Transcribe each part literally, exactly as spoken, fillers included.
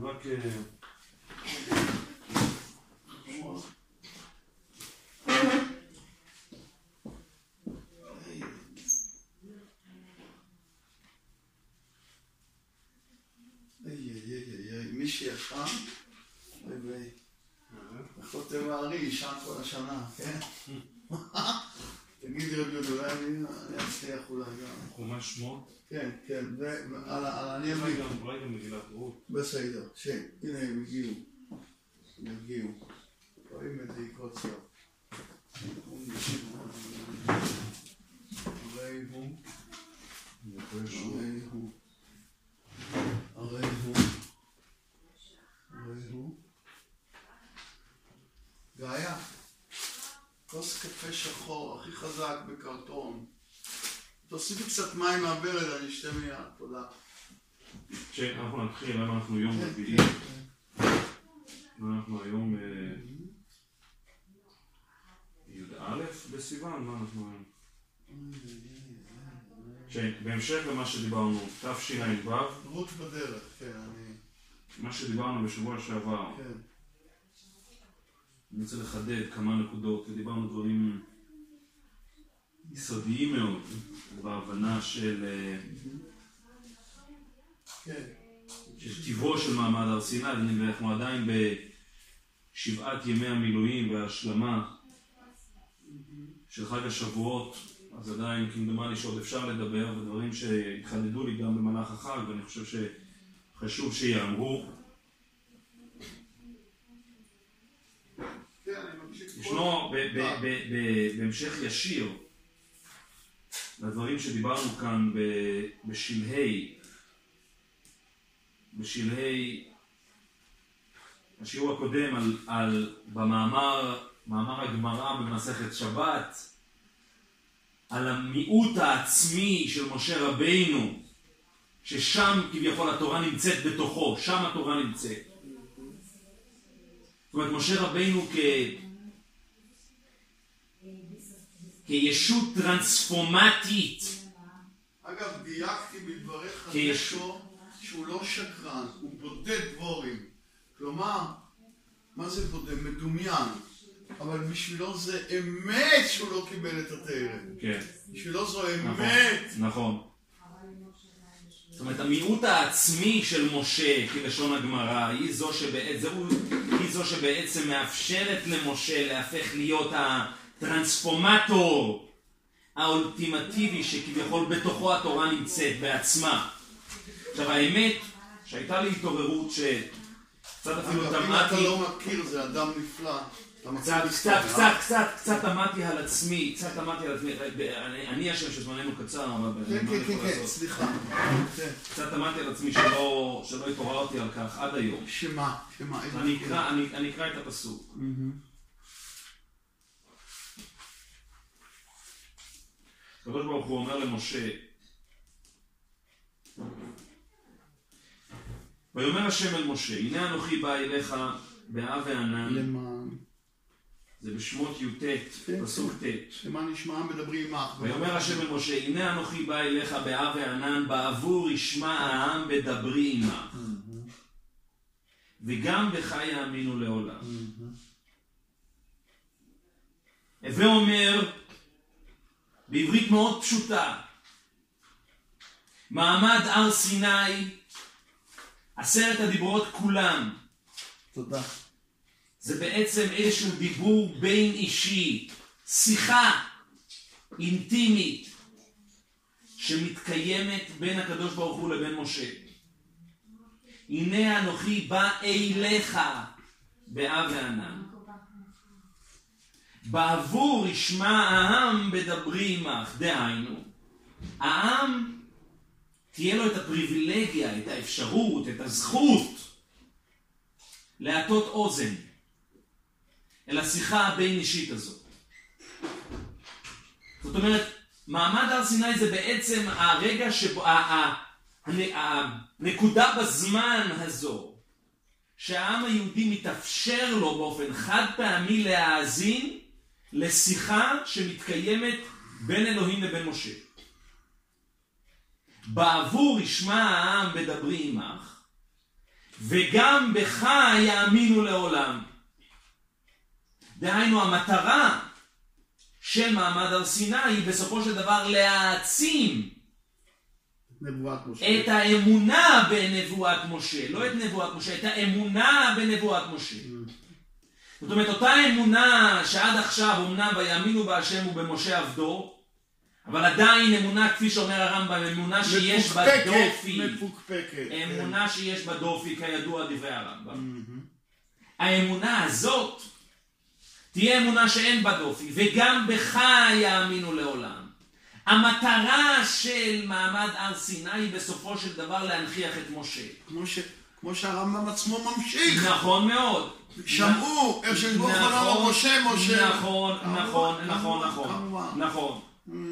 רק... מישהי ישן, וחותם הארי ישן כל השנה, כן? תגידי רבי יהודה, אולי אני אצליח אולי גם. חומש שמות? כן, כן, ואני אביא. אולי גם מגילת רות. בסדר, שהנה הם הגיעו. הם הגיעו. רואים את זה יקרות סוף. הרי הוא. הרי הוא. הרי הוא. הרי הוא. גאיה. כוס קפה שחור, הכי חזק בקרטון. תוסיפי קצת מים מהברד, אני אשתה מיד, תודה. כשאנחנו נתחיל, למה אנחנו יום רביעי? אנחנו היום י"א בסיוון, מה אנחנו היום? בהמשך למה שדיברנו, תשע"ו. רות בדרך, כן, אני... מה שדיברנו בשבוע שעבר. כן. אני רוצה לחדד כמה נקודות, דיברנו דברים יסודיים מאוד בהבנה של של טבעו של מעמד הר סיני. אנחנו עדיין בשבעת ימי המילואים וההשלמה של חג השבועות, אז עדיין כמדומני שעוד אפשר לדבר, ודברים שהתחדדו לי גם במהלך החג, ואני חושב שחשוב שיאמרו. ישנו בהמשך ישיר לדברים שדיברנו כאן בשלהי בשלהי השיעור הקודם על, על במאמר מאמר הגמרא במסכת שבת על המיעוט העצמי של משה רבינו, ששם כביכול התורה נמצאת בתוכו, שם התורה נמצאת. זאת אומרת, משה רבינו כ... כישות טרנספורמטית. אגב, דייקתי בדבריך כישות... שהוא לא שקרן, הוא בודד דבורים. כלומר, מה זה בודד? מדומיין. אבל בשבילו זה אמת שהוא לא קיבל את התארת. כן. בשבילו זו אמת. נכון. זאת אומרת, המיעוט העצמי של משה, כלשון הגמרא, היא זו שבעצם, היא זו שבעצם מאפשרת למשה להפך להיות הטרנספורמטור האולטימטיבי שכביכול בתוכו התורה נמצאת בעצמה. עכשיו, האמת שהייתה לי התעוררות שקצת אפילו תמדתי... אם אתה לא מכיר, זה אדם נפלא. קצת, קצת, קצת, קצת, קצת תמדתי על עצמי, קצת תמדתי על עצמי, אני השם שזמננו קצר, אבל... כן, כן, כן, כן, סליחה. קצת תמדתי על עצמי שלא התעוררתי על כך עד היום. שמה? שמה? אני אקרא את הפסוק. הקדוש ברוך הוא אומר למשה, ויאמר השם אל משה, הנה אנוכי בא אליך באב וענן. למען. זה בשמות י"ט, פסוק ט'. למען ישמעם מדברים עמך. ויאמר השם אל משה, הנה אנוכי בא אליך באב וענן, בעבור ישמע העם בדברי עמך. וגם בך יאמינו לעולם. הווה אומר, בעברית מאוד פשוטה, מעמד הר סיני, עשרת הדיברות כולם. תודה. זה בעצם איזשהו דיבור בין אישי, שיחה אינטימית שמתקיימת בין הקדוש ברוך הוא לבין משה. הנה אנוכי בא אליך באב וענן. בעבור ישמע העם בדברי עמך. דהיינו, העם תהיה לו את הפריבילגיה, את האפשרות, את הזכות להטות אוזן אל השיחה הבין אישית הזאת. זאת אומרת, מעמד הר סיני זה בעצם הרגע שבו, הנקודה בזמן הזו, שהעם היהודי מתאפשר לו באופן חד פעמי להאזין לשיחה שמתקיימת בין אלוהים לבין משה. בעבור ישמע העם בדברי עמך, וגם בך יאמינו לעולם. דהיינו, המטרה של מעמד הר סיני היא בסופו של דבר להעצים את האמונה בנבואת משה, לא את נבואת משה, את האמונה בנבואת משה. זאת אומרת, אותה אמונה שעד עכשיו אמנם ויאמינו בהשם ובמשה עבדו, אבל עדיין אמונה, כפי שאומר הרמב"ם, אמונה שיש בה דופי, אמונה שיש בה דופי, כידוע דברי הרמב"ם. האמונה הזאת תהיה אמונה שאין בה דופי, וגם בך יאמינו לעולם. המטרה של מעמד הר סיני היא בסופו של דבר להנכיח את משה. כמו ש... כמו שהרמב"ם עצמו ממשיך. נכון מאוד. שמעו איך שברוך הוא משה, משה. נכון, נכון, נכון, נכון, נכון.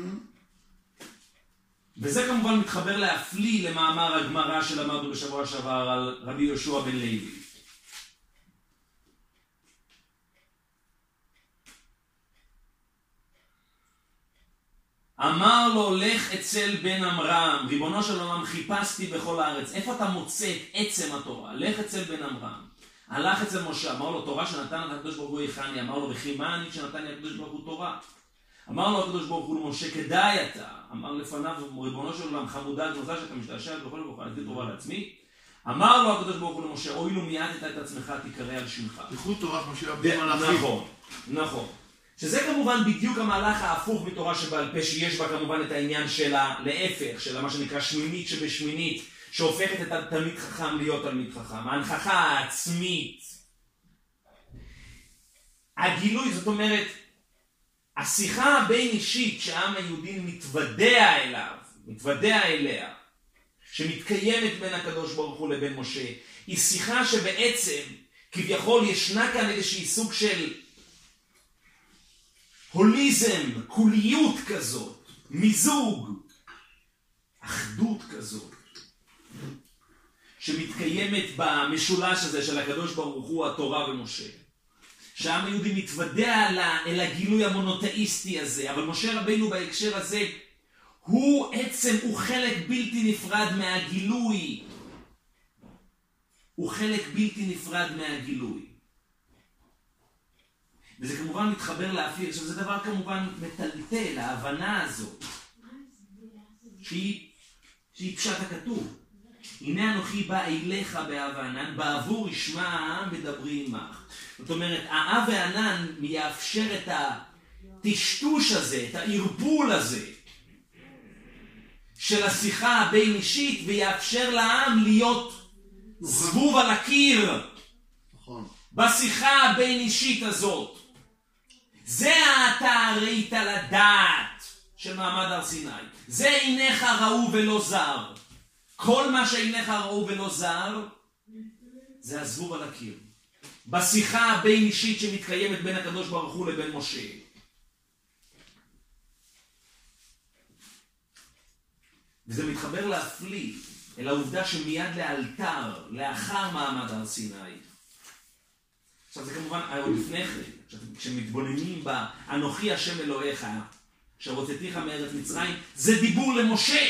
וזה כמובן מתחבר להפליא למאמר הגמרא שלמדנו בשבוע שעבר על רבי יהושע בן לוי. אמר לו, לך אצל בן עמרם, ריבונו של עולם, חיפשתי בכל הארץ. איפה אתה מוצא את עצם התורה? לך אצל בן עמרם. הלך אצל משה, אמר לו, תורה שנתן את הקדוש ברוך הוא היכני. אמר לו, וכי מה אני שנתן לי הקדוש ברוך הוא תורה? אמר לו הקדוש ברוך הוא למשה, כדאי אתה. אמר לפניו, ריבונו של עולם, חמודה גנוזה שאתה משתעשע בכל ובכל, אני אתן תורה לעצמי. אמר לו הקדוש ברוך הוא למשה, אוי לו מיעטת את עצמך, תקרא על שמך. ייחוד תורת משה רבנו מלאכים. נכון, נכון. שזה כמובן בדיוק המהלך ההפוך מתורה שבעל פה, שיש בה כמובן את העניין שלה להפך, של מה שנקרא שמינית שבשמינית, שהופכת את התלמיד חכם להיות תלמיד חכם. ההנכחה העצמית. הגילוי, זאת אומרת, השיחה הבין אישית שהעם היהודי מתוודע אליו, מתוודע אליה, שמתקיימת בין הקדוש ברוך הוא לבין משה, היא שיחה שבעצם כביכול ישנה כאן איזושהי סוג של הוליזם, כוליות כזאת, מיזוג, אחדות כזאת, שמתקיימת במשולש הזה של הקדוש ברוך הוא, התורה ומשה. שהעם היהודי מתוודע אל הגילוי המונותאיסטי הזה, אבל משה רבינו בהקשר הזה, הוא עצם, הוא חלק בלתי נפרד מהגילוי. הוא חלק בלתי נפרד מהגילוי. וזה כמובן מתחבר לאפיר, עכשיו זה דבר כמובן מטלטל, ההבנה הזאת, שהיא, שהיא פשט הכתוב. הנה אנוכי בא אליך באב הענן, בעבור ישמע העם ודברי עמך. זאת אומרת, האב הענן יאפשר את הטשטוש הזה, את הערפול הזה, של השיחה הבין אישית, ויאפשר לעם להיות זבוב על הקיר. נכון. בשיחה הבין אישית הזאת. זה אתה ראית לדעת של מעמד הר סיני. זה עיניך ראו ולא זר. כל מה שעיניך ראו ולא זר, זה הזבוב על הקיר. בשיחה הבין אישית שמתקיימת בין הקדוש ברוך הוא לבין משה. וזה מתחבר להפליא אל העובדה שמיד לאלתר, לאחר מעמד הר סיני. עכשיו זה כמובן, עוד לפני כן, כשמתבוננים באנוכי השם אלוהיך, שהוצאתיך מארץ מצרים, זה דיבור למשה.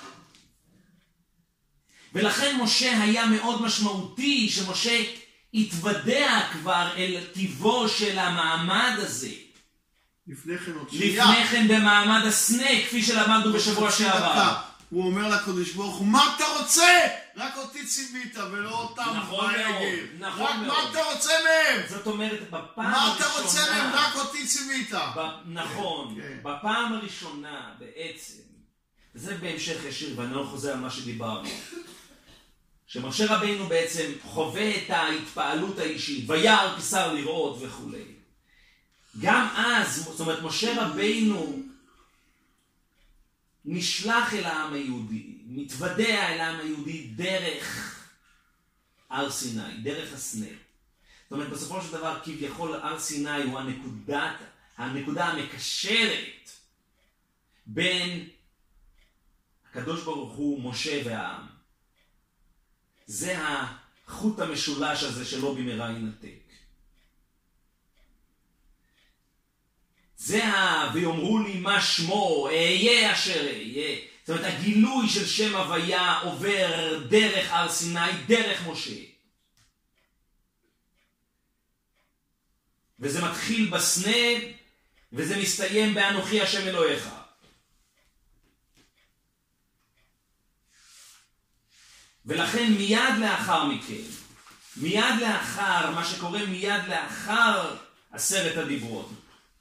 ולכן משה היה מאוד משמעותי, שמשה התוודע כבר אל טיבו של המעמד הזה. לפני כן עוד שנייה. לפני כן במעמד הסנה, כפי שלמדנו בשבוע שעבר. הוא אומר לקדוש ברוך הוא, מה אתה רוצה? רק אותי ציווית ולא אותם. נכון מאוד, נכון מאוד. מה אתה רוצה מהם? זאת אומרת, בפעם הראשונה... מה אתה רוצה מהם? רק אותי ציווית. נכון, בפעם הראשונה בעצם, וזה בהמשך ישיר, ואני לא חוזר על מה שדיברנו, שמשה רבינו בעצם חווה את ההתפעלות האישית, וירא כשר לראות וכו'. גם אז, זאת אומרת, משה רבינו נשלח אל העם היהודי, מתוודע אל העם היהודי דרך הר סיני, דרך הסנה. זאת אומרת, בסופו של דבר, כביכול הר סיני הוא הנקודה, הנקודה המקשרת בין הקדוש ברוך הוא, משה והעם. זה החוט המשולש הזה שלא במהרה ינתק. זה ה... ויאמרו לי מה שמו, אהיה אשר אהיה. זאת אומרת, הגילוי של שם הוויה עובר דרך הר סיני, דרך משה. וזה מתחיל בסנה, וזה מסתיים באנוכי השם אלוהיך. ולכן מיד לאחר מכן, מיד לאחר, מה שקורה מיד לאחר עשרת הדיברות,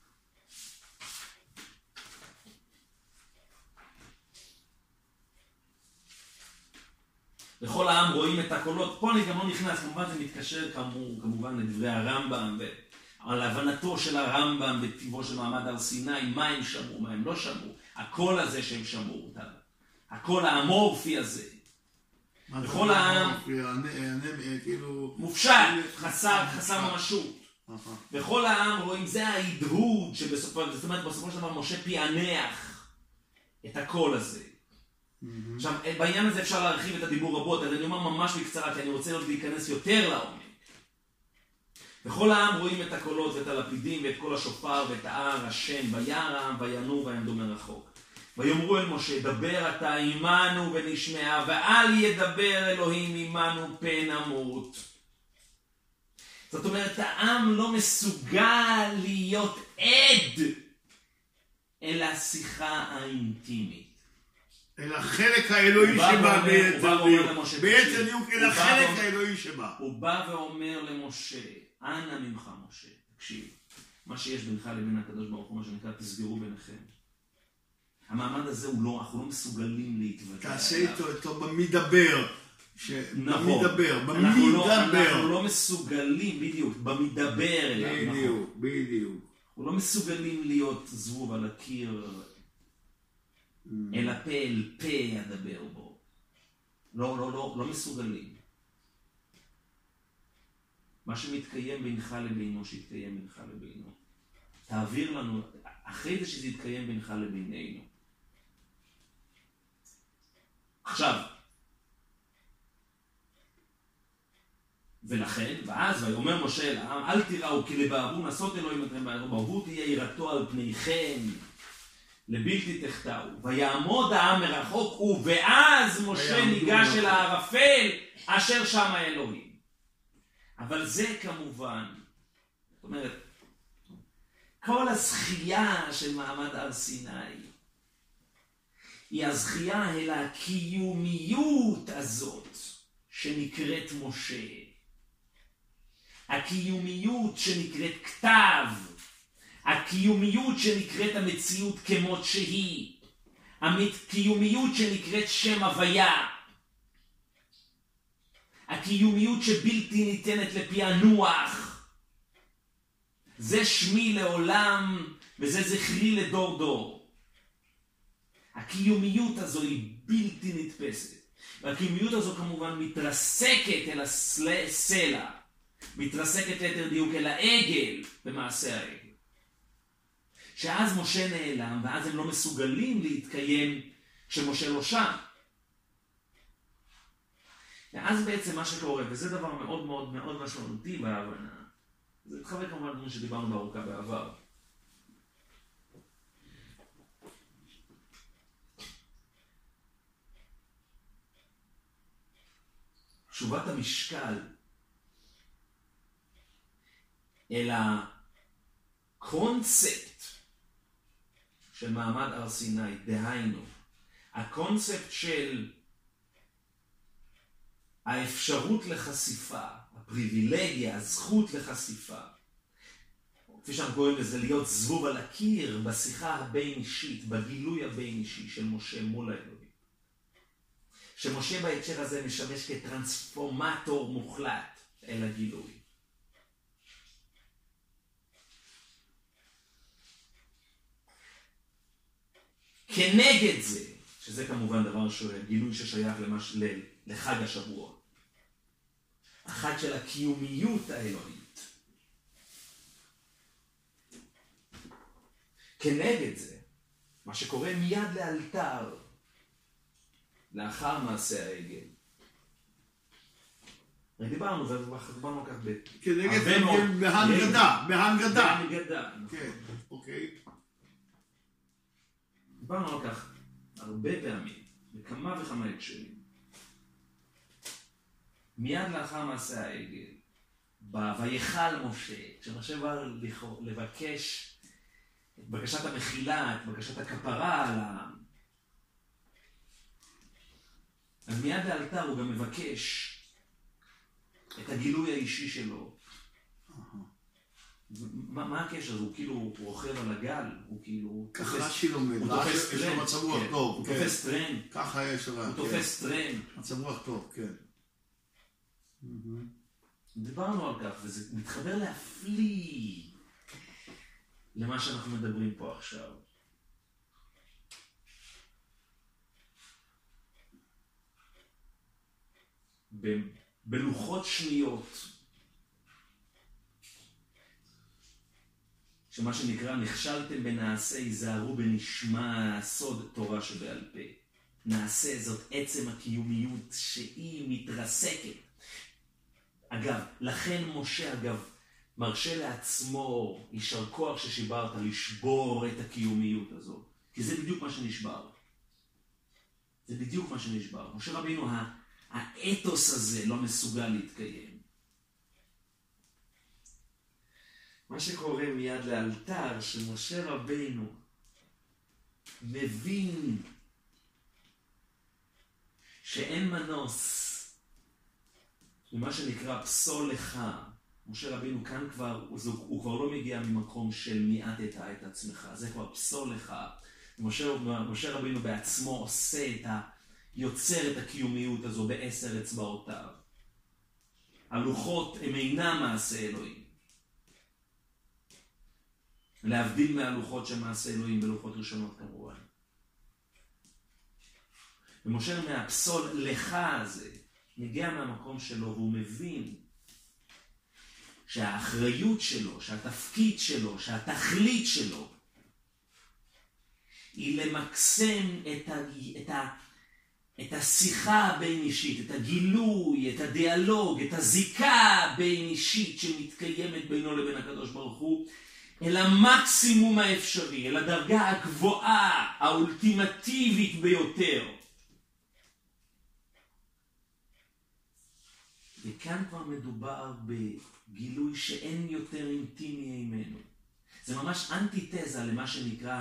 וכל העם רואים את הקולות. פה אני גם לא נכנס, כמובן זה מתקשר כמובן, כמובן לדברי הרמב"ם, על הבנתו של הרמב"ם בטבעו של מעמד הר סיני, מה הם שמעו, מה הם לא שמעו, הקול הזה שהם שמעו אותם, הקול האמורפי הזה. וכל העם מופשט, חסר, חסר ממשות. וכל העם רואים, זה ההדהוד שבסופו, זאת אומרת, בסופו של דבר משה פענח את הקול הזה. עכשיו, בעניין הזה אפשר להרחיב את הדיבור רבות, אז אני אומר ממש בקצרה, כי אני רוצה עוד להיכנס יותר לעומק. וכל העם רואים את הקולות ואת הלפידים ואת כל השופר ואת הער השם, וירא העם וינועו ויעמדו מרחוק. ויאמרו אל משה, דבר אתה עמנו ונשמע, ואל ידבר אלוהים עמנו פן נמות. זאת אומרת, העם לא מסוגל להיות עד אל השיחה האינטימית. אל החלק האלוהי שבה בעצם דיוק, אל החלק האלוהי שבה. הוא בא ואומר למשה, אנא ממך משה, תקשיב, מה שיש בינך לבין הקדוש ברוך הוא, מה שנקרא, תסגרו ביניכם. המעמד הזה הוא לא, אנחנו לא מסוגלים להתוודע. תעשה איתו, איתו במדבר. במדבר, במדבר. אנחנו לא מסוגלים, בדיוק, במדבר אליו. בדיוק, בדיוק. אנחנו לא מסוגלים להיות זבוב על הקיר, אלא פה אל פה ידבר בו. לא, לא, לא, לא מסוגלים. מה שמתקיים בינך לבינו, שיתקיים בינך לבינו. תעביר לנו, אחרי זה שזה יתקיים בינך לבינינו. עכשיו, ולכן, ואז ויאמר משה אל העם, אל תיראו כי לבערו נסות אלוהים אתכם בערבו, תהיה יראתו על פניכם, לבלתי תחטאו. ויעמוד העם מרחוק, ובאז משה ניגש אל הערפל, אשר שם האלוהים. אבל זה כמובן, זאת אומרת, כל הזכייה של מעמד הר סיני, היא הזכייה אל הקיומיות הזאת שנקראת משה. הקיומיות שנקראת כתב. הקיומיות שנקראת המציאות כמות שהיא. הקיומיות שנקראת שם הוויה. הקיומיות שבלתי ניתנת לפענוח. זה שמי לעולם וזה זכרי לדור דור. הקיומיות הזו היא בלתי נתפסת. והקיומיות הזו כמובן מתרסקת אל הסלע. מתרסקת ליתר דיוק אל העגל במעשה העגל. שאז משה נעלם ואז הם לא מסוגלים להתקיים כשמשה לא שם. ואז בעצם מה שקורה, וזה דבר מאוד מאוד מאוד משמעותי בהבנה, זה מתחבר כמובן כמו שדיברנו בארוכה בעבר. תשובת המשקל אל הקונספט של מעמד הר סיני, דהיינו, הקונספט של האפשרות לחשיפה, הפריבילגיה, הזכות לחשיפה, כפי שאנחנו קוראים לזה, להיות זבוב על הקיר בשיחה הבין אישית, בגילוי הבין אישי של משה מול האלוהים. שמשה בהקשר הזה משמש כטרנספורמטור מוחלט אל הגילוי. כנגד זה, שזה כמובן דבר גילוי ששייך למש, לחג השבועות, החג של הקיומיות האלוהית. כנגד זה, מה שקורה מיד לאלתר, לאחר מעשה העגל. דיברנו, ודיברנו כך ב... כנגד זה בהנגדה, בהנגדה. בהנגדה, כן, אוקיי. דיברנו על כך הרבה פעמים, בכמה וכמה הקשרים. מיד לאחר מעשה העגל, ויכל משה, כשמשה בא לבקש את בקשת המחילה, את בקשת הכפרה על העם, אז מיד לאלתר הוא גם מבקש את הגילוי האישי שלו. מה, מה הקשר? הוא כאילו, הוא רוכב על הגל, הוא כאילו... ככה שילומד, הוא תופס יש לו מצב רוח טוב. הוא תופס טרנד. ככה יש לו. הוא תופס טרנד. מצב רוח טוב, כן. דיברנו על כך, וזה מתחבר להפליא למה שאנחנו מדברים פה עכשיו. בלוחות שניות, שמה שנקרא נכשלתם בנעשה, היזהרו בנשמע, סוד תורה שבעל פה. נעשה זאת עצם הקיומיות שהיא מתרסקת. אגב, לכן משה, אגב, מרשה לעצמו, יישר כוח ששיברת, לשבור את הקיומיות הזו. כי זה בדיוק מה שנשבר. זה בדיוק מה שנשבר. משה רבינו, האתוס הזה לא מסוגל להתקיים. מה שקורה מיד לאלתר, שמשה רבינו מבין שאין מנוס ממה שנקרא פסול לך. משה רבינו כאן כבר, הוא כבר לא מגיע ממקום של מיעטת את עצמך, זה כבר פסול לך. משה, משה רבינו בעצמו עושה את ה... יוצר את הקיומיות הזו בעשר אצבעותיו. הלוחות הם אינם מעשה אלוהים. להבדיל מהלוחות של מעשה אלוהים בלוחות ראשונות כמובן. ומשה מהפסול לך הזה מגיע מהמקום שלו והוא מבין שהאחריות שלו, שהתפקיד שלו, שהתכלית שלו היא למקסם את, ה, את, ה, את השיחה הבין אישית, את הגילוי, את הדיאלוג, את הזיקה הבין אישית שמתקיימת בינו לבין הקדוש ברוך הוא, אל המקסימום האפשרי, אל הדרגה הגבוהה, האולטימטיבית ביותר. וכאן כבר מדובר בגילוי שאין יותר אינטימי ממנו. זה ממש אנטיתזה למה שנקרא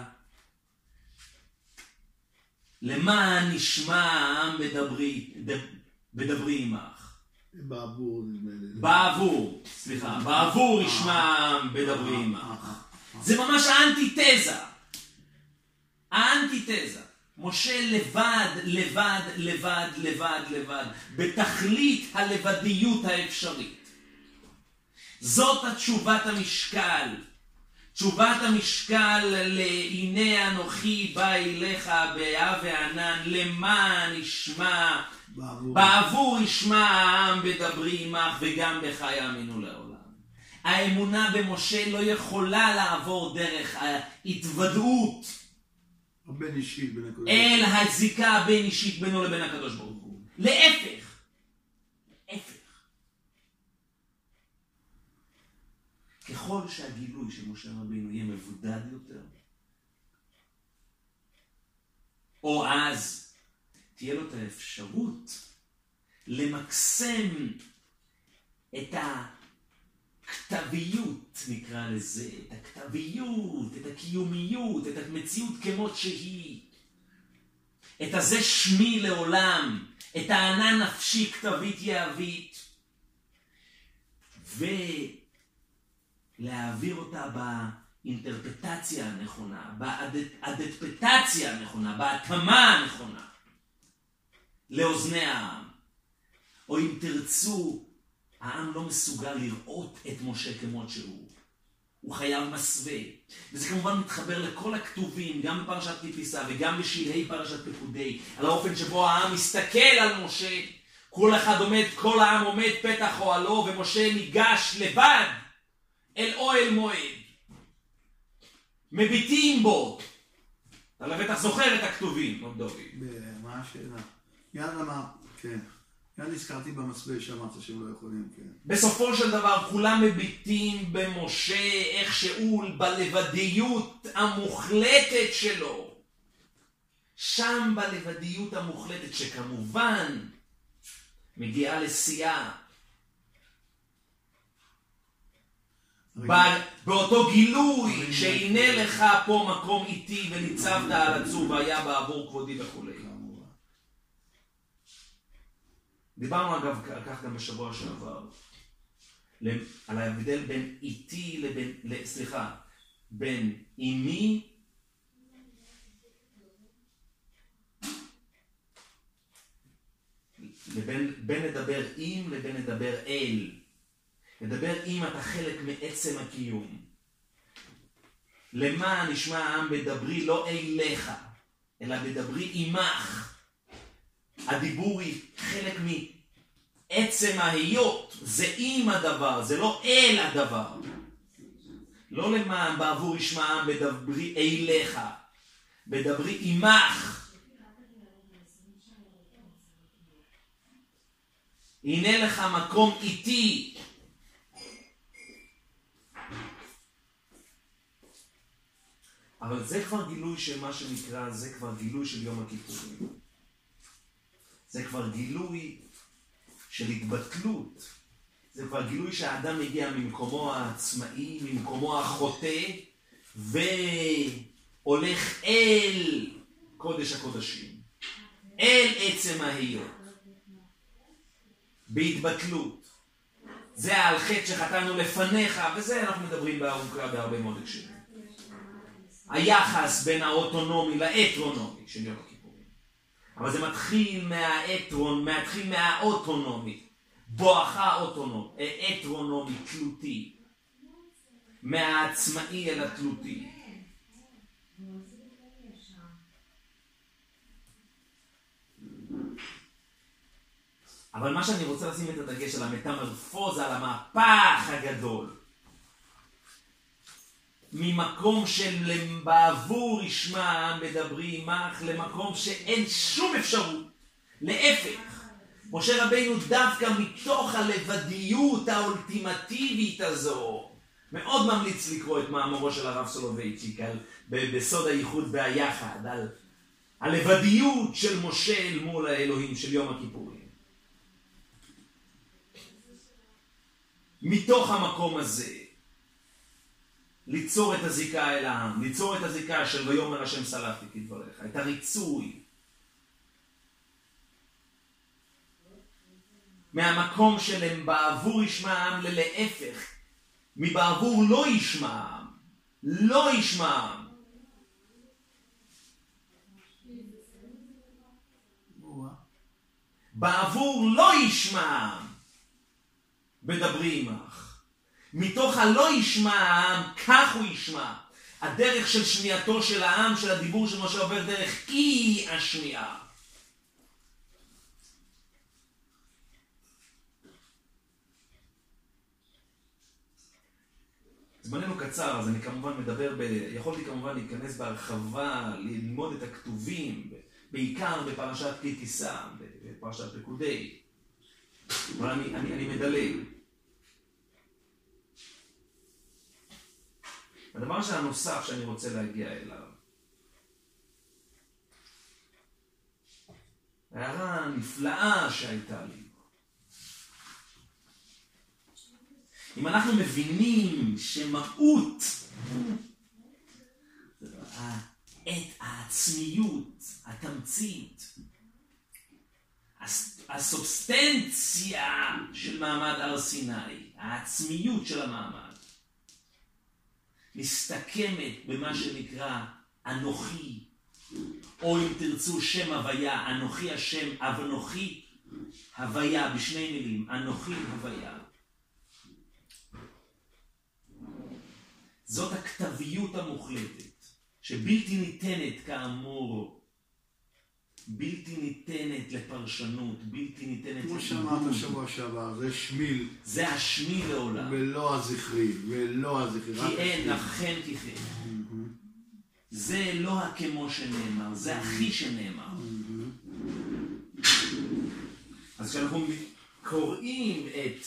למען נשמע העם בדברי, בדברי עמך. בעבור, נדמה לי. בעבור, סליחה, בעבור ישמע העם בדברי עמך. זה ממש האנטיתזה. האנטיתזה. משה לבד, לבד, לבד, לבד, לבד, בתכלית הלבדיות האפשרית. זאת התשובת המשקל. תשובת המשקל להנה אנוכי בא אליך באב וענן, למען ישמע, בעבור, בעבור ישמע העם בדברי עמך וגם בך יאמינו לעולם. האמונה במשה לא יכולה לעבור דרך ההתוודעות הבין אישית בין הקדוש. אל הזיקה הבין אישית בינו לבין הקדוש ברוך הוא. להפך. הפך. ככל שהגילוי של משה רבינו יהיה מבודד יותר, או אז תהיה לו את האפשרות למקסם את הכתביות, נקרא לזה, את הכתביות, את הקיומיות, את המציאות כמות שהיא, את הזה שמי לעולם, את הענן נפשי כתבית יהבית, ולהעביר אותה באינטרפטציה הנכונה, באדפטציה הנכונה, בהתאמה הנכונה, לאוזני העם. או אם תרצו, העם לא מסוגל לראות את משה כמות שהוא. הוא חייב מסווה. וזה כמובן מתחבר לכל הכתובים, גם בפרשת כי תישא וגם בשלהי פרשת פקודי, על האופן שבו העם מסתכל על משה. כל אחד עומד, כל העם עומד פתח אוהלו, ומשה ניגש לבד אל אוהל מועד. מביטים בו. אתה לבטח זוכר את הכתובים, לא דוד. מה השאלה? יד למה, כן. יד הזכרתי במסווה שאמרת שהם לא יכולים, כן. בסופו של דבר כולם מביטים במשה איך שהוא בלבדיות המוחלטת שלו. שם בלבדיות המוחלטת שכמובן מגיעה לשיאה באותו גילוי שהנה לך פה מקום איתי וניצבת על הצור והיה בעבור כבודי וכו'. דיברנו אגב כך גם בשבוע שעבר על ההבדל בין איתי לבין, סליחה, בין אימי לבין בין לדבר עם לבין לדבר אל. לדבר עם אתה חלק מעצם הקיום. למה נשמע העם בדברי לא אליך, אלא בדברי עמך. הדיבור היא חלק מעצם ההיות. זה עם הדבר, זה לא אל הדבר. לא למה בעבור ישמע העם בדברי אליך, בדברי עמך. הנה לך מקום איתי. אבל זה כבר גילוי של מה שנקרא, זה כבר גילוי של יום הכיפורים. זה כבר גילוי של התבטלות. זה כבר גילוי שהאדם מגיע ממקומו העצמאי, ממקומו החוטא, והולך אל קודש הקודשים. אל עצם ההיות. בהתבטלות. זה על חטא שחטאנו לפניך, וזה אנחנו מדברים בארוכה בהרבה מאוד הקשרים. היחס בין האוטונומי לאטרונומי של יום הכיפורים. אבל זה מתחיל מהאטרון, מתחיל מהאוטונומי. בואכה אוטונומי, אטרונומי, תלותי. מהעצמאי אל התלותי. אבל מה שאני רוצה לשים את הדגש על המטמורפוזה, על המהפך הגדול. ממקום של בעבור ישמע מדברי עמך למקום שאין שום אפשרות. להפך, משה רבינו דווקא מתוך הלבדיות האולטימטיבית הזו, מאוד ממליץ לקרוא את מאמרו של הרב סולובייצ'יק על בסוד הייחוד והיחד, על הלבדיות של משה אל מול האלוהים של יום הכיפורים. מתוך המקום הזה ליצור את הזיקה אל העם, ליצור את הזיקה של ויאמר השם סלחתי כדבריך, את הריצוי. מהמקום שלהם בעבור ישמע העם ללהפך, מבעבור לא ישמע העם, לא ישמע העם. בעבור לא ישמע העם, בדברי עמך. מתוך הלא ישמע העם, כך הוא ישמע. הדרך של שמיעתו של העם, של הדיבור של משה עובר דרך אי השמיעה. זמננו קצר, אז אני כמובן מדבר, ב... יכולתי כמובן להיכנס בהרחבה, ללמוד את הכתובים, בעיקר בפרשת כי תישא, בפרשת פקודי. אבל אני, אני, אני מדלג. הדבר שהנוסף שאני רוצה להגיע אליו, הערה הנפלאה שהייתה לי. אם אנחנו מבינים שמהות את העצמיות, התמצית, הסובסטנציה של מעמד הר סיני, העצמיות של המעמד, מסתכמת במה שנקרא אנוכי, או אם תרצו שם הוויה, אנוכי השם, אנוכי הוויה, בשני מילים, אנוכי הוויה. זאת הכתביות המוחלטת, שבלתי ניתנת כאמור, בלתי ניתנת לפרשנות, בלתי ניתנת כמו שאמרת שבוע שעבר, זה שמיל. זה השמיל לעולם. ולא הזכרי, ולא הזכרי. כי אין, אכן כי כן. זה לא הכמו שנאמר, זה הכי שנאמר. אז כשאנחנו קוראים את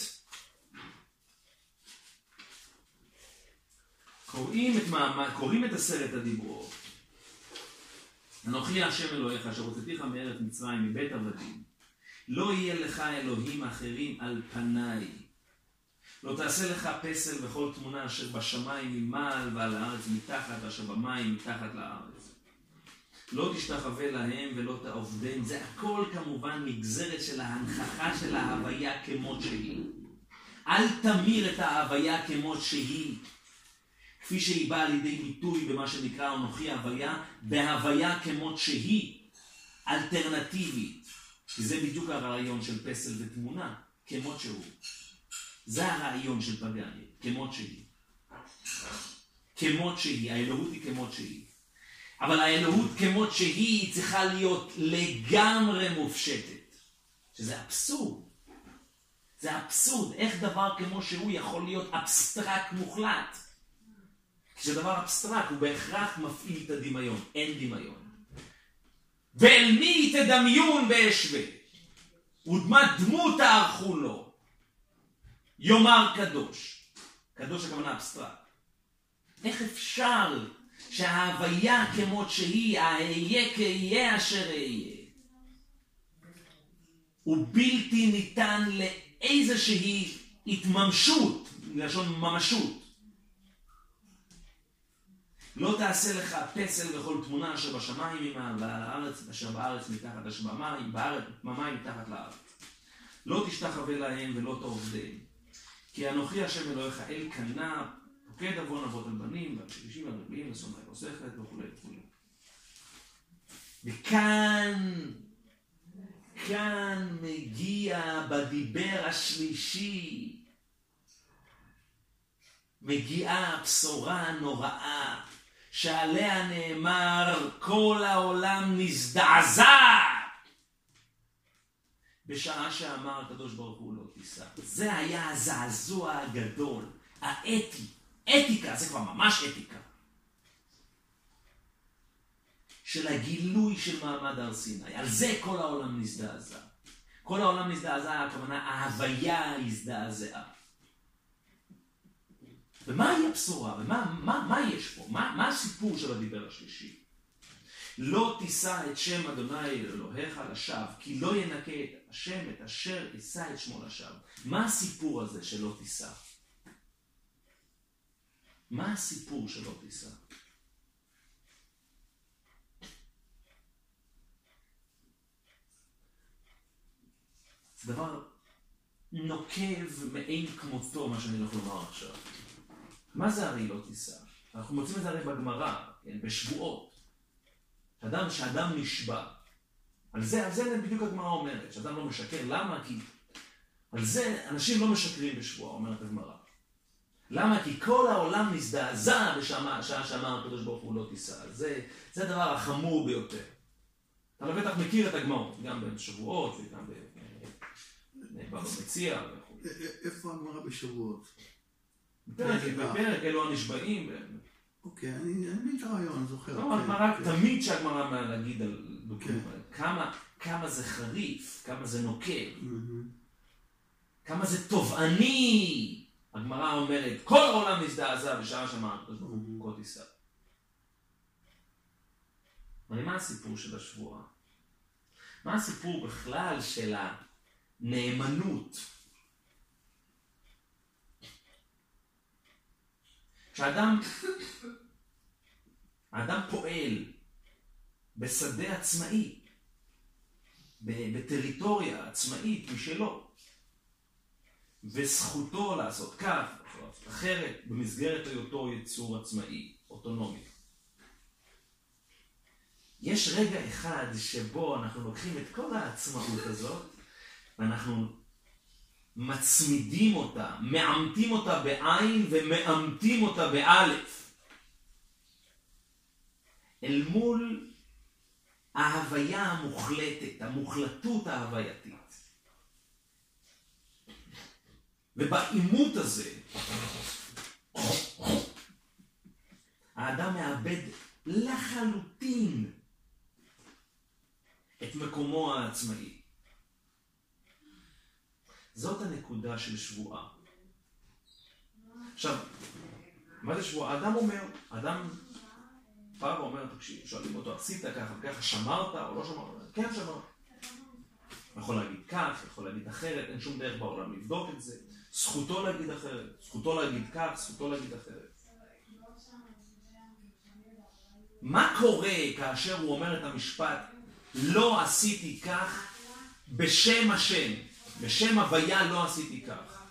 קוראים את מעמד, קוראים את עשרת הדיברות. אנוכי השם אלוהיך, אשר הוצאתיך מארץ מצרים, מבית עבדים. לא יהיה לך אלוהים אחרים על פניי. לא תעשה לך פסל וכל תמונה אשר בשמיים ממעל ועל הארץ מתחת ואשר במים מתחת לארץ. לא תשתחווה להם ולא תעובדם. זה הכל כמובן נגזרת של ההנכחה של ההוויה כמות שהיא. אל תמיר את ההוויה כמות שהיא, כפי שהיא באה לידי ביטוי במה שנקרא אנוכי ההוויה, בהוויה כמות שהיא, אלטרנטיבית. כי זה בדיוק הרעיון של פסל ותמונה, כמות שהוא. זה הרעיון של פגני, כמות שהיא. כמות שהיא, האלוהות היא כמות שהיא. אבל האלוהות כמות שהיא צריכה להיות לגמרי מופשטת. שזה אבסורד. זה אבסורד. איך דבר כמו שהוא יכול להיות אבסטרקט מוחלט? כשדבר אבסטרקט הוא בהכרח מפעיל את הדמיון. אין דמיון. ואל מי תדמיון באשווה? ודמת דמות תערכו לו. יאמר קדוש. קדוש הכוונה אבסטרקט. איך אפשר שההוויה כמות שהיא, האהיה כאהיה אשר אהיה, הוא בלתי ניתן לאיזושהי התממשות, לשון ממשות. לא תעשה לך פסל וכל תמונה אשר בשמיים ממעל ועל הארץ, אשר בארץ מתחת, אשר במים, בארץ, במים מתחת לארץ. לא תשתחווה להם ולא תעובדם. כי אנוכי השם אלוהיך אל קנה, פוקד עוון אבות על בנים, ועל שלישים ועל רביעים, ושונאי לא שכלת וכו' וכו'. וכאן, כאן מגיע בדיבר השלישי, מגיעה הבשורה הנוראה, שעליה נאמר, כל העולם נזדעזע, בשעה שאמר הקדוש ברוך הוא לא תישא. זה היה הזעזוע הגדול, האתי. אתיקה, זה כבר ממש אתיקה. של הגילוי של מעמד הר סיני. על זה כל העולם נזדעזע. כל העולם נזדעזע, הכוונה, ההוויה הזדעזעה. ומה היא הבשורה? ומה מה, מה יש פה? מה, מה הסיפור של הדיבר השלישי? לא תישא את שם אדוני אלוהיך לשווא, כי לא ינקה את השם, את אשר יישא את שמו לשווא. מה הסיפור הזה שלא תישא? מה הסיפור שלא תישא? זה דבר נוקב מעין כמותו, מה שאני הולך לומר עכשיו. מה זה הרי לא תישא? אנחנו מוצאים את זה הרי בגמרא, כן? בשבועות. שאדם, שאדם נשבע. על זה, על זה בדיוק הגמרא אומרת, שאדם לא משקר. למה? כי על זה אנשים לא משקרים בשבועה, אומרת הגמרא. למה? כי כל העולם נזדעזע בשעה שאמר הקדוש ברוך הוא לא תישא. זה, זה הדבר החמור ביותר. אתה בטח מכיר את הגמרות, גם בשבועות וגם בבא מציעא. איפה הגמרא בשבועות? בפרק אלו הנשבעים. אוקיי, אני מבין את הרעיון, אני זוכר. הגמרא, תמיד שהגמרא מה להגיד על כמה זה חריף, כמה זה נוקב, כמה זה תובעני. הגמרא אומרת, כל העולם נזדעזע בשעה שאמר הקדוש ברוך הוא לא תישא. אבל מה הסיפור של השבועה? מה הסיפור בכלל של הנאמנות? כשאדם האדם פועל בשדה עצמאי, בטריטוריה עצמאית משלו, וזכותו לעשות כך, אחרת, במסגרת היותו יצור עצמאי, אוטונומי. יש רגע אחד שבו אנחנו לוקחים את כל העצמאות הזאת, ואנחנו מצמידים אותה, מאמתים אותה בעין ומאמתים אותה באלף. אל מול ההוויה המוחלטת, המוחלטות ההווייתית. ובאימות הזה, האדם מאבד לחלוטין את מקומו העצמאי. זאת הנקודה של שבועה. עכשיו, מה זה שבועה? האדם אומר, האדם בא ואומר, תקשיב, שואלים אותו, עשית ככה וככה, שמרת או לא שמרת? כן, שמרת. יכול להגיד כך, יכול להגיד אחרת, אין שום דרך בעולם לבדוק את זה. זכותו להגיד אחרת, זכותו להגיד כך, זכותו להגיד אחרת. מה קורה כאשר הוא אומר את המשפט, לא עשיתי כך בשם השם, בשם הוויה לא עשיתי כך?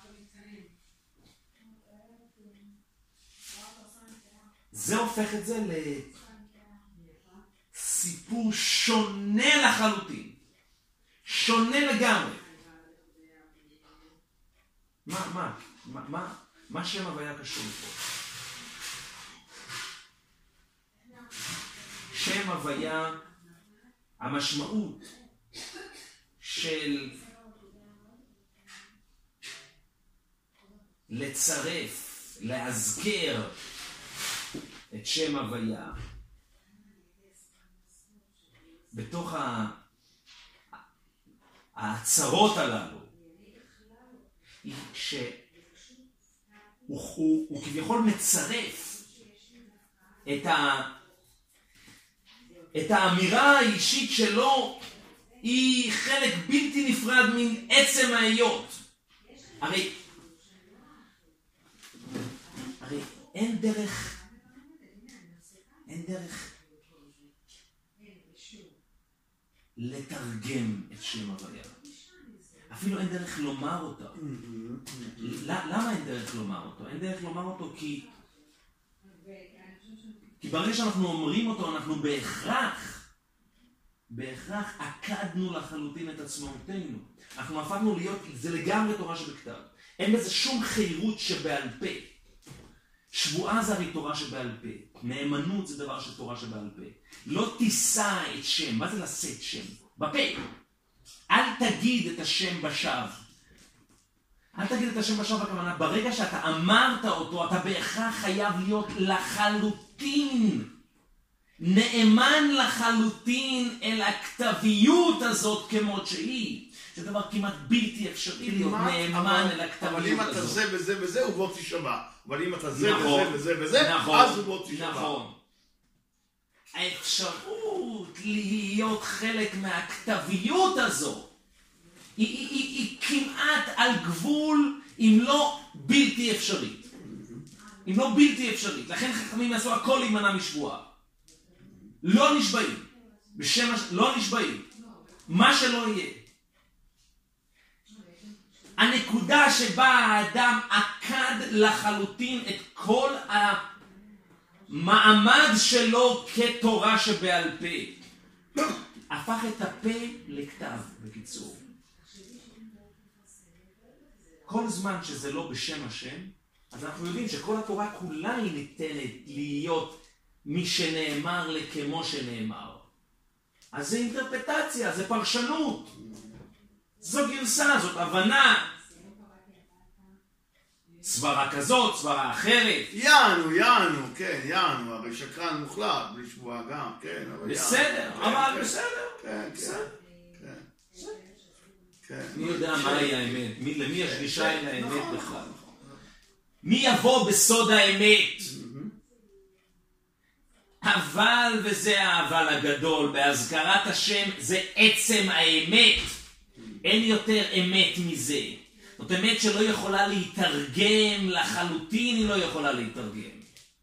זה הופך את זה לסיפור שונה לחלוטין, שונה לגמרי. מה, מה, מה, מה, מה שם הוויה קשור פה? שם הוויה, המשמעות של לצרף, להזכר את שם הוויה בתוך ההצהרות הללו, היא שהוא הוא, הוא כביכול מצרף את ה את האמירה האישית שלו, היא חלק בלתי נפרד מן עצם ההיות. הרי, הרי אין דרך, אין דרך לתרגם את שם הוויה. אפילו אין דרך לומר אותו. למה אין דרך לומר אותו? אין דרך לומר אותו כי כי ברגע שאנחנו אומרים אותו, אנחנו בהכרח, בהכרח עקדנו לחלוטין את עצמאותנו. אנחנו הפכנו להיות, זה לגמרי תורה שבכתב. אין בזה שום חירות שבעל פה. שבועה זה הרי תורה שבעל פה. נאמנות זה דבר של תורה שבעל פה. לא תישא את שם. מה זה לשאת שם? בפה. אל תגיד את השם בשווא. אל תגיד את השם בשווא הכוונה. ברגע שאתה אמרת אותו, אתה בהכרח חייב להיות לחלוטין. נאמן לחלוטין אל הכתביות הזאת כמות שהיא. זה דבר כמעט בלתי אפשרי להיות נאמן אל הכתביות הזאת. אבל אם אתה זה וזה וזה, הוא בוא תשמע. אבל אם אתה זה וזה וזה וזה, אז הוא בוא תשמע. נכון. האפשרות להיות חלק מהכתביות הזו היא, היא, היא, היא כמעט על גבול, אם לא בלתי אפשרית. אם לא בלתי אפשרית. לכן חכמים יעשו הכל להימנע משבועה. לא נשבעים. בשם הש... לא נשבעים. מה שלא יהיה. הנקודה שבה האדם עקד לחלוטין את כל המעמד שלו כתורה שבעל פה. הפך את הפה לכתב, בקיצור. כל זמן שזה לא בשם השם, אז אנחנו יודעים שכל התורה כולה היא ניתנת להיות מי שנאמר לכמו שנאמר. אז זה אינטרפטציה, זה פרשנות. זו גרסה, זאת הבנה. סברה כזאת, סברה אחרת. יענו, יענו, כן, יענו, הרי שקרן מוחלט, בלי שבועה גם, כן, אבל בסדר, אבל בסדר. כן, כן, כן. מי יודע מהי האמת? למי יש גישה אל האמת בכלל? מי יבוא בסוד האמת? אבל, וזה האבל הגדול, בהזכרת השם זה עצם האמת. אין יותר אמת מזה. זאת אמת שלא יכולה להתרגם, לחלוטין היא לא יכולה להתרגם.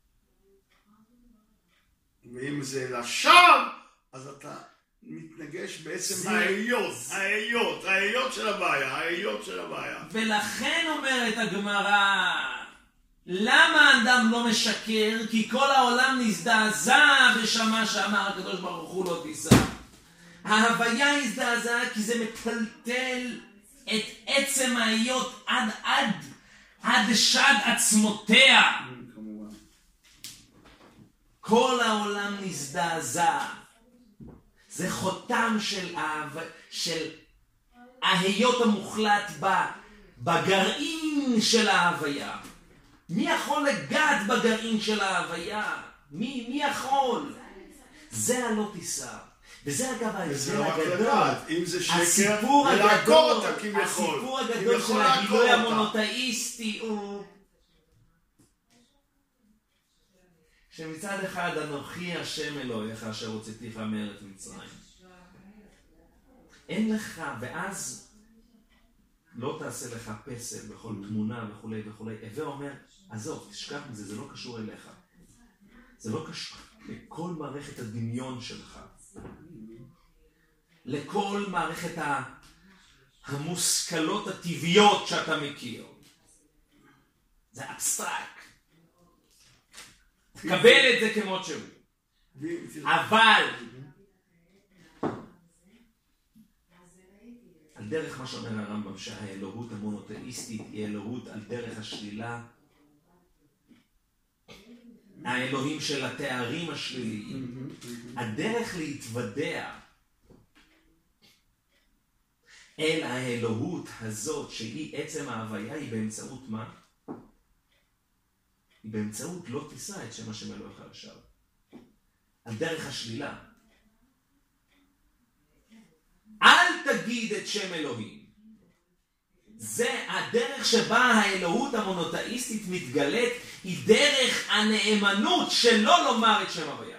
ואם זה לשווא, אז אתה מתנגש בעצם ההיות, ההיות, ההיות של הבעיה, ההיות של הבעיה. ולכן אומרת הגמרא, למה האדם לא משקר? כי כל העולם נזדעזע ושמע שאמר הקדוש ברוך הוא לא תישא. ההוויה הזדעזעה כי זה מטלטל את עצם ההיות עד עד עד שד עצמותיה. כל העולם נזדעזע. זה חותם של של ההיות המוחלט בגרעין של ההוויה. מי יכול לגעת בגרעין של ההוויה? מי מי יכול? זה הלא תישא. וזה אגב ההבדל הגדול, אם זה שקר, הסיפור ולעקור הגדול, אותה כביכול. הסיפור הגדול של הגילוי המונותאיסטי הוא שמצד אחד אנוכי השם אלוהיך אשר הוצאתיך מארץ מצרים. אין לך, ואז לא תעשה לך פסל בכל תמונה וכולי וכולי. הווה אומר, עזוב, תשכח מזה, זה לא קשור אליך. זה לא קשור לכל מערכת הדמיון שלך. לכל מערכת המושכלות הטבעיות שאתה מכיר. זה אבסטרקט. תקבל את זה כמות שהוא. אבל על דרך מה שאומר הרמב"ם שהאלוהות המונותאיסטית היא אלוהות על דרך השלילה, האלוהים של התארים השליליים, הדרך להתוודע אל האלוהות הזאת שהיא עצם ההוויה היא באמצעות מה? היא באמצעות לא תישא את שם השם אלוהיך לשווא. על דרך השלילה. אל תגיד את שם אלוהים. זה הדרך שבה האלוהות המונותאיסטית מתגלית, היא דרך הנאמנות שלא לומר את שם הוויה.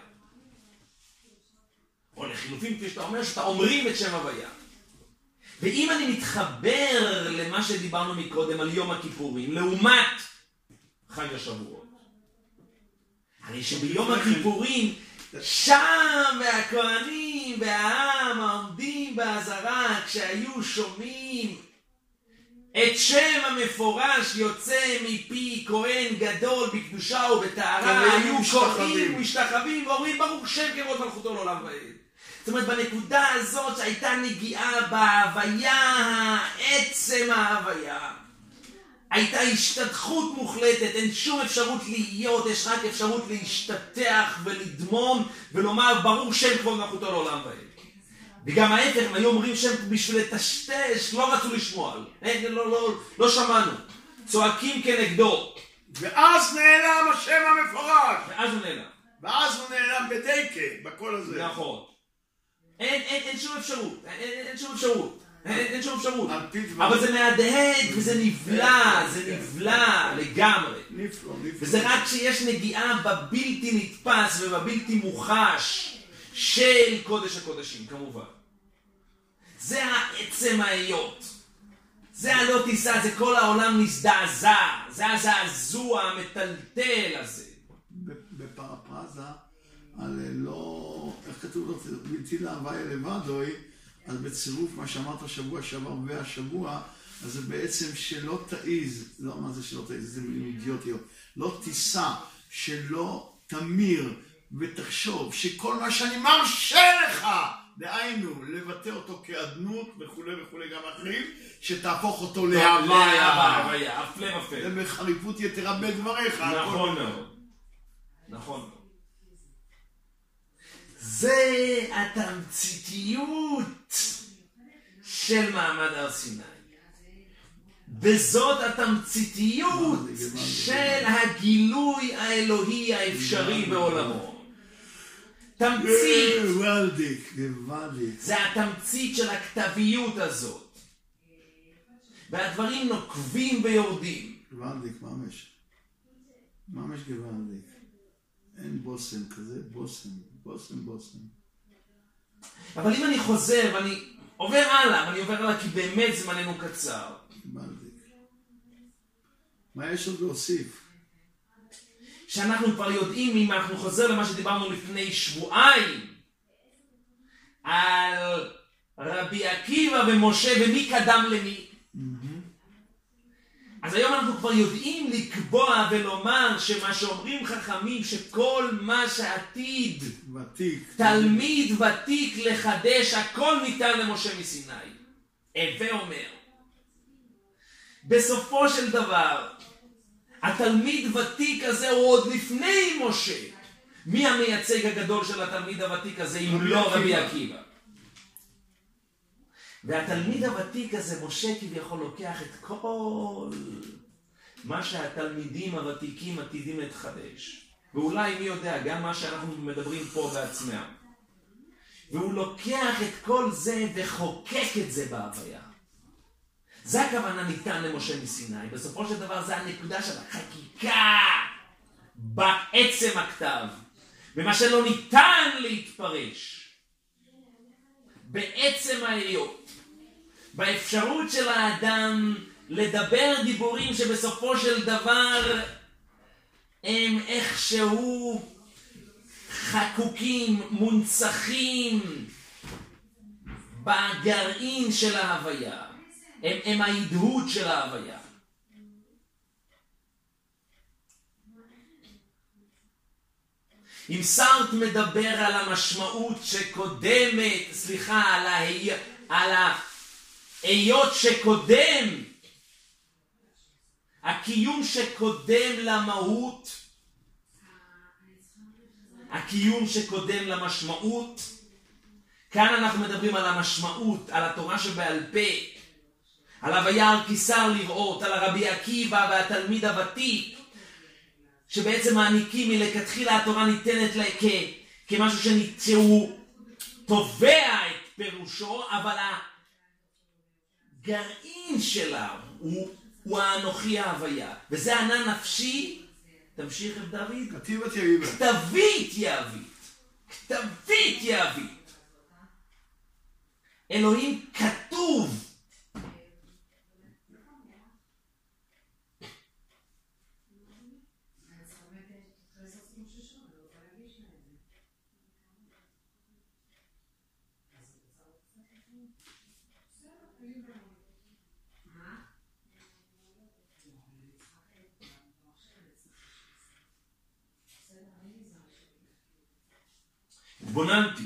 או לחילופין כפי שאתה אומר, שאתה אומרים את שם הוויה. ואם אני מתחבר למה שדיברנו מקודם על יום הכיפורים, לעומת חג השבועות, הרי שביום הכיפורים, שם והכהנים והעם העומדים בעזרה כשהיו שומעים את שם המפורש יוצא מפי כהן גדול בקדושה ובטהרה, היו קוראים ומשתחווים ואומרים ברוך שם כבוד מלכותו לעולם ועד. זאת אומרת, בנקודה הזאת שהייתה נגיעה בהוויה, עצם ההוויה, הייתה השתתחות מוחלטת, אין שום אפשרות להיות, יש רק אפשרות להשתתח ולדמום ולומר ברוך שם כבוד מלכותו לעולם ועד. וגם ההפך, הם היו אומרים שם בשביל לטשטש, לא רצו לשמוע, לא, לא, לא, לא שמענו, צועקים כנגדו. ואז נעלם השם המפורש. ואז הוא נעלם. ואז הוא נעלם בדייקה, בכל הזה. נכון. אין, אין, אין שום אפשרות, אין, אין שום אפשרות, אין, אין שום אפשרות. אבל זה מהדהד וזה נבלע, זה נבלע לגמרי. וזה רק כשיש נגיעה בבלתי נתפס ובבלתי מוחש של קודש הקודשים, כמובן. זה העצם ההיות. זה הלא תישא, זה כל העולם נזדעזע. זה הזעזוע המטלטל הזה. בפרפרזה, על לא, איך כתוב לו, בלתי להוויה לבדוי, אז בצירוף מה שאמרת שבוע שעבר והשבוע, אז זה בעצם שלא תעיז, לא מה זה שלא תעיז, זה מילים אידיוטיות, לא תישא, שלא תמיר ותחשוב שכל מה שאני מרשה לך, דהיינו, לבטא אותו כאדנות וכולי וכולי גם אחרים, שתהפוך אותו להוויה. הפלא ופלא. זה בחריפות יתרה בדבריך. נכון מאוד. נכון מאוד. זה התמציתיות של מעמד הר סיני. וזאת התמציתיות של הגילוי האלוהי האפשרי בעולמו. תמצית. זה התמצית של הכתביות הזאת. והדברים נוקבים ויורדים. גוונדיק, ממש. ממש גוונדיק. אין בוסם כזה, בוסם. בוסם, בוסם. אבל אם אני חוזר ואני עובר הלאה, ואני עובר הלאה כי באמת זמננו קצר. גוונדיק. מה יש עוד להוסיף? שאנחנו כבר יודעים, אם אנחנו חוזר למה שדיברנו לפני שבועיים, על רבי עקיבא ומשה ומי קדם למי. אז היום אנחנו כבר יודעים לקבוע ולומר שמה שאומרים חכמים, שכל מה שעתיד ותיק, תלמיד ותיק לחדש, הכל ניתן למשה מסיני. הווה אומר, בסופו של דבר, התלמיד ותיק הזה הוא עוד לפני משה. מי המייצג הגדול של התלמיד הוותיק הזה אם לא רבי עקיבא? והתלמיד הוותיק הזה, משה כביכול לוקח את כל מה שהתלמידים הוותיקים עתידים להתחדש. ואולי מי יודע, גם מה שאנחנו מדברים פה בעצמם. והוא לוקח את כל זה וחוקק את זה בהוויה. זה הכוונה ניתן למשה מסיני. בסופו של דבר זה הנקודה של החקיקה בעצם הכתב. ומה שלא ניתן להתפרש. בעצם ההיות. באפשרות של האדם לדבר דיבורים שבסופו של דבר הם איכשהו חקוקים, מונצחים בגרעין של ההוויה. הם, הם ההדהוד של ההוויה. אם סארט מדבר על המשמעות שקודמת, סליחה, על, ההי, על ההיות שקודם, הקיום שקודם למהות, הקיום שקודם למשמעות, כאן אנחנו מדברים על המשמעות, על התורה שבעל פה, על הוויה על קיסר לראות, על הרבי עקיבא והתלמיד הוותיק, שבעצם מעניקים מלכתחילה התורה ניתנת לה כ, כמשהו שהוא תובע את פירושו, אבל הגרעין שלה הוא, הוא האנוכי ההוויה. וזה ענן נפשי, תמשיך את דוד. כתיבת יאיבה. כתבית יאבית. כתבית יאבית. אלוהים כתוב. התבוננתי.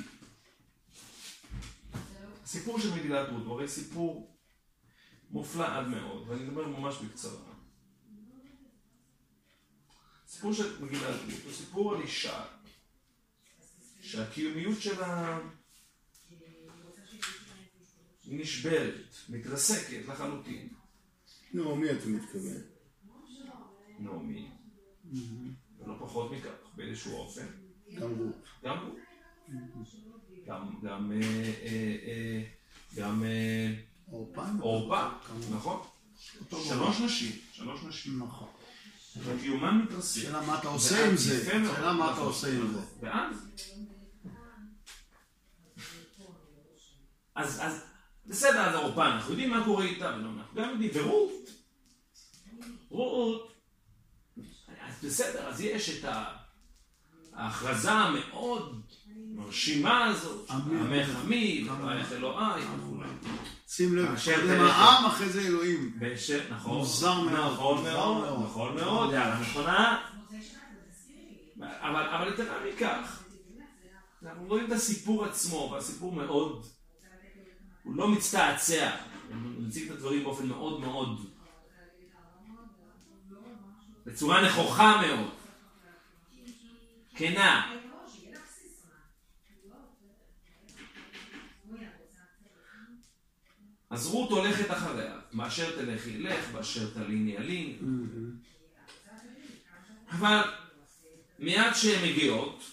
הסיפור של מגילת רות הוא הרי סיפור מופלא עד מאוד, ואני מדבר ממש בקצרה. הסיפור של מגילת רות הוא סיפור על אישה שהקיומיות שלה היא נשברת, מתרסקת לחלוטין. נעמי אתה מתכוון. נעמי. ולא פחות מכך, באיזשהו אופן. גם רות. גם רות. גם, גם, גם אורפה, נכון? שלוש נשים, שלוש נשים. נכון. וקיומן מתרסק. שאלה מה אתה עושה עם זה? שאלה מה אתה עושה עם זה? ואז? אז, אז, בסדר, אז אורפה, אנחנו יודעים מה קורה איתה, אנחנו גם יודעים, ורות, רות, אז בסדר, אז יש את ההכרזה המאוד מרשימה הזאת, עמך עמי, וברך אלוהי, וכו'. שים לב, קודם העם אחרי זה אלוהים. נכון, מוזר מאוד. נכון מאוד, נכון מאוד, יאללה, נכונה. אבל יתרה מכך, אנחנו רואים את הסיפור עצמו, והסיפור מאוד, הוא לא מצטעצע, הוא מציג את הדברים באופן מאוד מאוד, בצורה נכוחה מאוד, כנה. אז רות הולכת אחריה, מאשר תלך ילך, באשר תלין ילין. אבל מיד שהן מגיעות,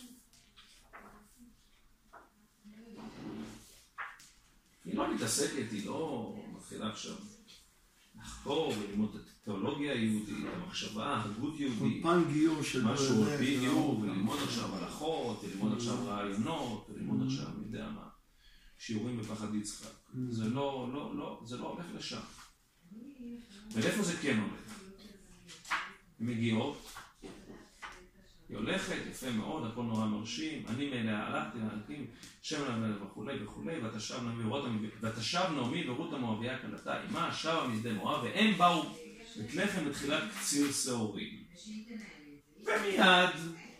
היא לא מתעסקת, היא לא מתחילה עכשיו לחקור וללמוד את התיאולוגיה היהודית, המחשבה, ההגות יהודית, משהו על פי גיור, וללמוד עכשיו הלכות, וללמוד עכשיו רעיונות, וללמוד עכשיו, אני יודע מה, שיעורים בפחד יצחק. זה לא, לא, לא, זה לא הולך לשם. ולאיפה זה כן הולך? מגיעות, היא הולכת, יפה מאוד, הכל נורא מרשים, אני מאליה הלכתי להקים, שם למלך וכולי וכולי, ותשב נעמי ורות המואביה כלתה, אמה שבה משדה מואב, והם באו בית לחם בתחילת קציר שעורים. ומיד,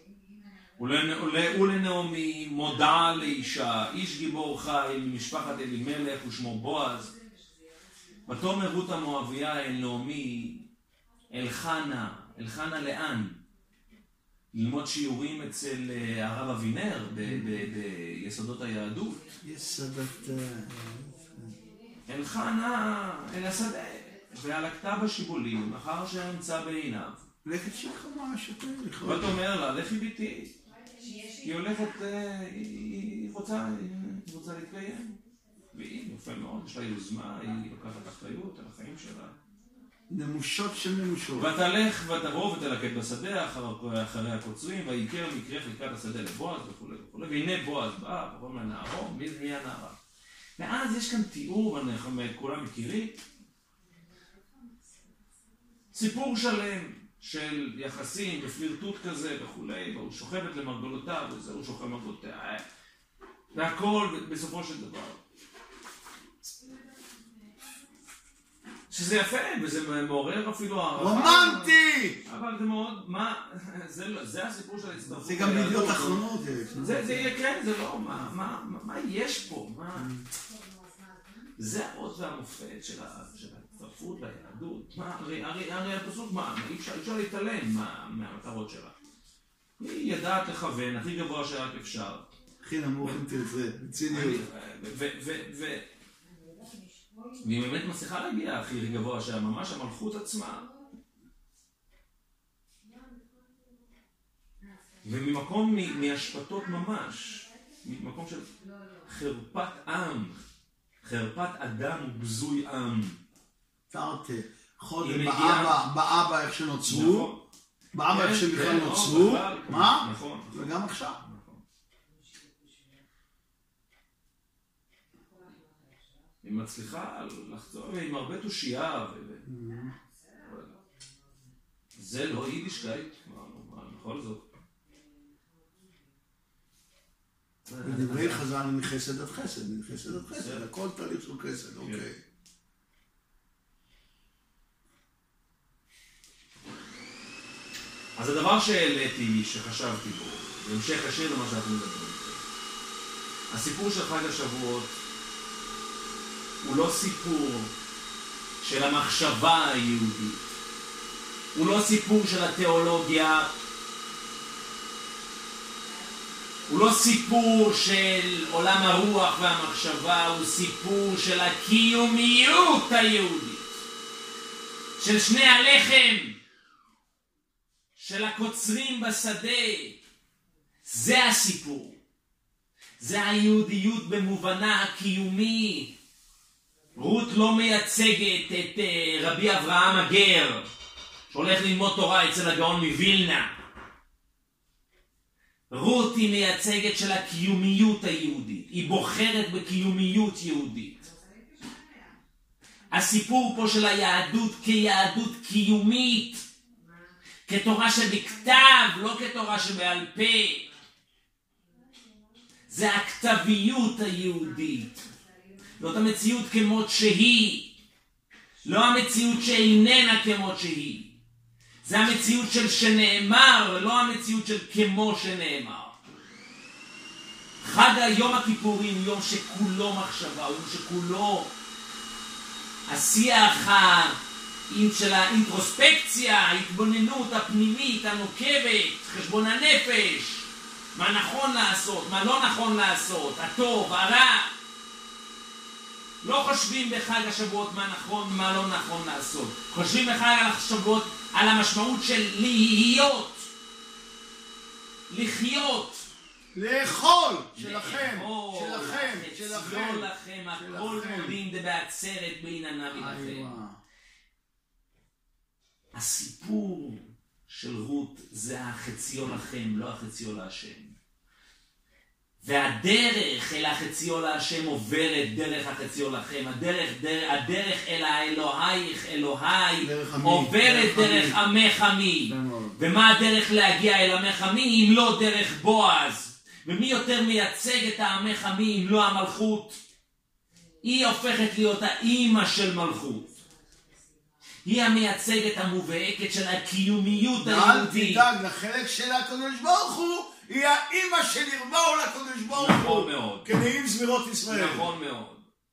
ולנעמי מודעה לאישה, איש גיבור חי ממשפחת אלימלך ושמו בועז, ותאמר רות המואביה אל נעמי, אל חנה, אל חנה לאן? ללמוד שיעורים אצל הרב אבינר ביסודות היהדות. יסודות... אל חנה, אל השדה, והלקתה בשיבולים, אחר שנמצא בעיניו. לכת שלך מה שתה לכות. ואת אומר לה, לכי ביתי. היא הולכת, היא רוצה, היא רוצה להתקיים. והיא יפה מאוד, יש לה יוזמה, היא לוקחת אחריות על החיים שלה. נמושות של נמושות. ותלך ותבוא ותלקט בשדה אחרי הקוצרים, ויקר מקרה חלקת השדה לבועז וכו' וכו'. והנה בועז בא, קוראים לה נערו, מי הנערה? ואז יש כאן תיאור, אנחנו כולם מכירים, סיפור שלם של יחסים ופלירטוט כזה וכולי, והוא שוכבת למרגלותיו וזה, הוא שוכב למרגלותיה, והכל בסופו של דבר. שזה יפה, וזה מעורר אפילו הערכה. רומנטי! אבל זה מאוד, מה, זה, זה הסיפור של ההצטרפות. זה גם בידיעות אחרונות. זה, זה יהיה, כן, זה לא, מה, מה, מה יש פה? מה... זה האות והמופת של ההצטרפות ליהדות. מה, הרי, הרי, הרי הפסוק, מה, אי אפשר, אפשר להתעלם מה, מהמטרות שלה. היא ידעת לכוון, הכי גבוה שרק אפשר. הכי נמוך אם תרצה, בציניות. והיא באמת מצליחה להגיע הכי גבוה שלה, ממש המלכות עצמה. וממקום מהשפטות ממש, ממקום של חרפת עם, חרפת אדם ובזוי עם. תרתי, חודם באבא איך שנוצרו, באבא איך שבכלל נוצרו, מה? וגם עכשיו. היא מצליחה לחזור, עם הרבה תושייה, זה לא יידישקייט, בכל זאת. בדברי חז"ל מחסד עד חסד, מחסד עד חסד, הכל תהליך של חסד, אוקיי. אז הדבר שהעליתי, שחשבתי בו, בהמשך השיר למה שאנחנו מדברים, הסיפור של חג השבועות הוא לא סיפור של המחשבה היהודית, הוא לא סיפור של התיאולוגיה, הוא לא סיפור של עולם הרוח והמחשבה, הוא סיפור של הקיומיות היהודית, של שני הלחם, של הקוצרים בשדה. זה הסיפור. זה היהודיות במובנה הקיומי. רות לא מייצגת את uh, רבי אברהם הגר, שהולך ללמוד תורה אצל הגאון מווילנה. רות היא מייצגת של הקיומיות היהודית. היא בוחרת בקיומיות יהודית. הסיפור פה של היהדות כיהדות קיומית, כתורה שבכתב, לא כתורה שבעל פה. זה הכתביות היהודית. זאת המציאות כמות שהיא. לא המציאות שאיננה כמות שהיא. זה המציאות של שנאמר, ולא המציאות של כמו שנאמר. חג היום הכיפורים הוא יום שכולו מחשבה, הוא יום שכולו השיח של האינטרוספקציה, ההתבוננות הפנימית, הנוקבת, חשבון הנפש, מה נכון לעשות, מה לא נכון לעשות, הטוב, הרע. לא חושבים בחג השבועות מה נכון, מה לא נכון לעשות. חושבים בחג השבועות על המשמעות של להיות, לחיות. לאכול, שלכם, לאכול, שלכם, שלכם. לא לכם, הכל מודים דבעצרת בעיננה ולכם. הסיפור של רות זה החציו לכם, לא החציו להשם. והדרך אל החציו להשם עוברת דרך החציו לכם. הדרך, דרך, הדרך אל האלוהיך, אלוהי, עוברת דרך עמך עמי. ומה הדרך להגיע אל עמך עמי אם לא דרך בועז? ומי יותר מייצג את העמך עמי אם לא המלכות? היא הופכת להיות האימא של מלכות. היא המייצגת המובהקת של הקיומיות היהודית. אל תדאג, לחלק של הקדוש ברוך הוא היא האימא של ירבעו לקדוש ברוך הוא. נכון מאוד. כנעים זמירות ישראל. נכון מאוד.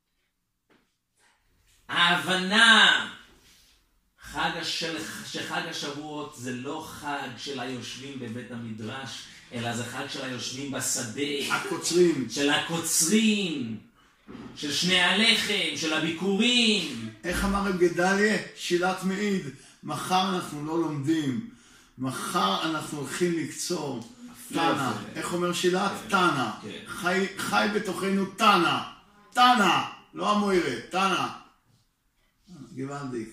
ההבנה חג השל... שחג השבועות זה לא חג של היושבים בבית המדרש, אלא זה חג של היושבים בשדה. הקוצרים. של הקוצרים. של שני הלחם, של הביקורים. איך אמר רב גדליה? שילת מעיד. מחר אנחנו לא לומדים. מחר אנחנו הולכים לקצור. תנא. איך אומר שילת? תנא. חי, חי בתוכנו תנא. תנא. לא המוירה. תנא. גוונדיק.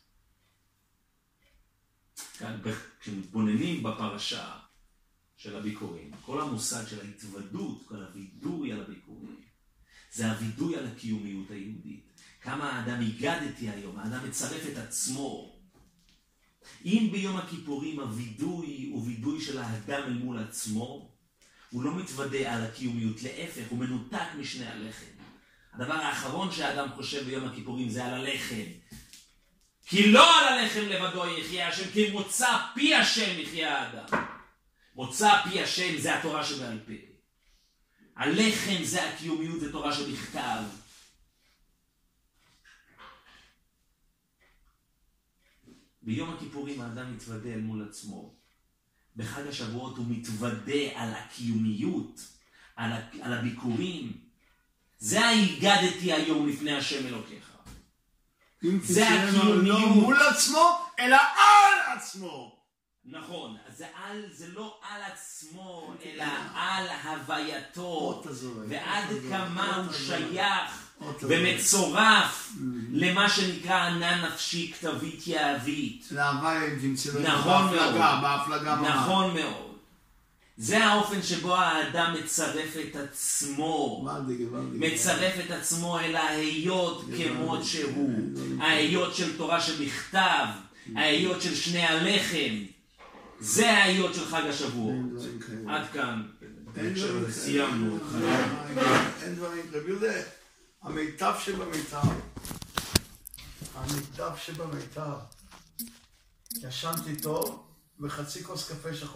כשמתבוננים בפרשה של הביקורים, כל המושג של ההתוודות, כל הווידוי על הביקורים, זה הווידוי על הקיומיות היהודית. כמה האדם הגדתי היום, האדם מצרף את עצמו. אם ביום הכיפורים הווידוי הוא וידוי של האדם אל מול עצמו, הוא לא מתוודא על הקיומיות, להפך, הוא מנותק משני הלחם. הדבר האחרון שהאדם חושב ביום הכיפורים זה על הלחם. כי לא על הלחם לבדו יחיה השם, כי מוצא פי השם יחיה האדם. מוצא פי השם זה התורה שבעל פה. הלחם זה הקיומיות, זה תורה שבכתב. ביום הכיפורים האדם מתוודא אל מול עצמו. בחג השבועות הוא מתוודא על הקיומיות, על, ה... על הביקורים. זה ההיגדתי היום לפני השם אלוקיך. זה הקיומיות. לא מול עצמו, אלא על עצמו. נכון, זה, על, זה לא על עצמו, אלא על הווייתו, ועד כמה הוא שייך ומצורף למה שנקרא ענן נפשי כתבית יהבית. להוויה תמצא לו בהפלגה, בהפלגה ממש. נכון מאוד. זה האופן שבו האדם מצרף את עצמו, מצרף את עצמו אל ההיות כמות שהוא, ההיות של תורה שבכתב, ההיות של שני הלחם. זה ההיות של חג השבועות. עד כאן. סיימנו. אין דברים, רבי יהודה, המיטב שבמיטב, המיטב שבמיטב, ישנתי טוב וחצי כוס קפה שחור.